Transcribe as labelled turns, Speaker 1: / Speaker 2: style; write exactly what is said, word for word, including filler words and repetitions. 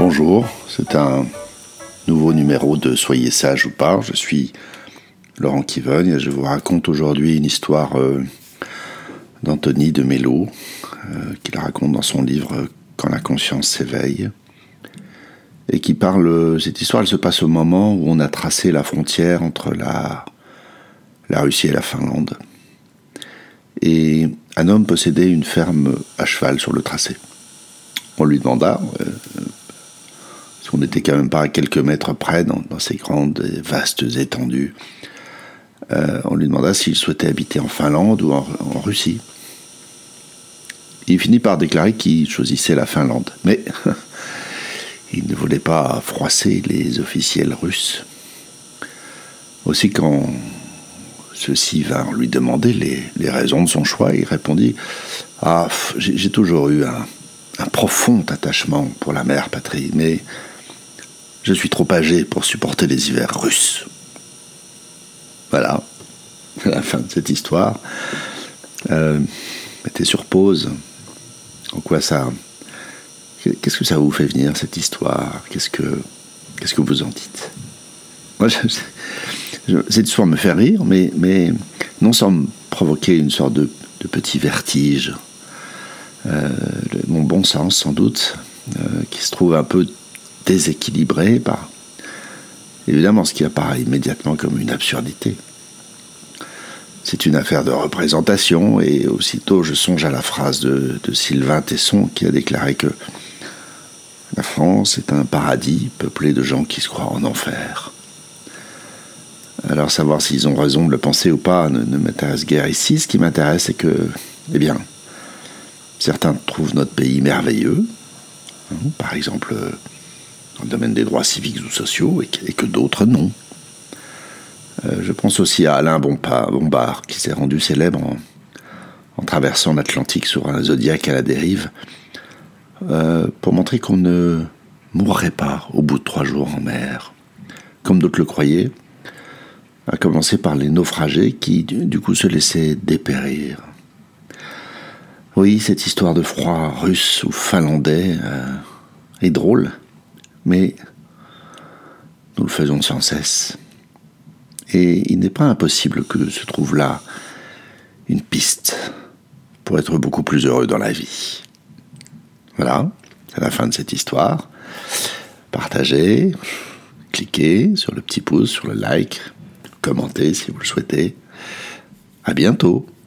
Speaker 1: Bonjour, c'est un nouveau numéro de Soyez sage ou pas. Je suis Laurent Kivogne et je vous raconte aujourd'hui une histoire euh, d'Anthony de Mello euh, qu'il raconte dans son livre Quand la conscience s'éveille et qui parle, cette histoire elle se passe au moment où on a tracé la frontière entre la, la Russie et la Finlande. Et un homme possédait une ferme à cheval sur le tracé. On lui demanda, euh, parce qu'on n'était quand même pas à quelques mètres près dans, dans ces grandes et vastes étendues, euh, on lui demanda s'il souhaitait habiter en Finlande ou en, en Russie. Il finit par déclarer qu'il choisissait la Finlande, mais il ne voulait pas froisser les officiels russes. Aussi, quand ceux-ci vinrent lui demander les, les raisons de son choix, il répondit « Ah, j'ai, j'ai toujours eu un, un profond attachement pour la mère patrie, mais je suis trop âgé pour supporter les hivers russes. » Voilà, c'est la fin de cette histoire. Euh, mettez sur pause. En quoi ça... Qu'est-ce que ça vous fait venir, cette histoire ? Qu'est-ce que, qu'est-ce que vous en dites ? Moi, je, je, cette histoire me fait rire, mais, mais non sans me provoquer une sorte de, de petit vertige. Euh, le, mon bon sens, sans doute, euh, qui se trouve un peu déséquilibré par, évidemment, ce qui apparaît immédiatement comme une absurdité. C'est une affaire de représentation, et aussitôt je songe à la phrase de, de Sylvain Tesson qui a déclaré que la France est un paradis peuplé de gens qui se croient en enfer. Alors savoir s'ils ont raison de le penser ou pas ne, ne m'intéresse guère ici. Ce qui m'intéresse, c'est que, eh bien, certains trouvent notre pays merveilleux, hein, par exemple dans le domaine des droits civiques ou sociaux, et que, et que d'autres non. Euh, je pense aussi à Alain Bompard, qui s'est rendu célèbre en, en traversant l'Atlantique sur un Zodiac à la dérive, euh, pour montrer qu'on ne mourrait pas au bout de trois jours en mer, comme d'autres le croyaient, à commencer par les naufragés qui, du, du coup, se laissaient dépérir. Oui, cette histoire de froid russe ou finlandais euh, est drôle, mais nous le faisons sans cesse. Et il n'est pas impossible que se trouve là une piste pour être beaucoup plus heureux dans la vie. Voilà, c'est la fin de cette histoire. Partagez, cliquez sur le petit pouce, sur le like, commentez si vous le souhaitez. À bientôt.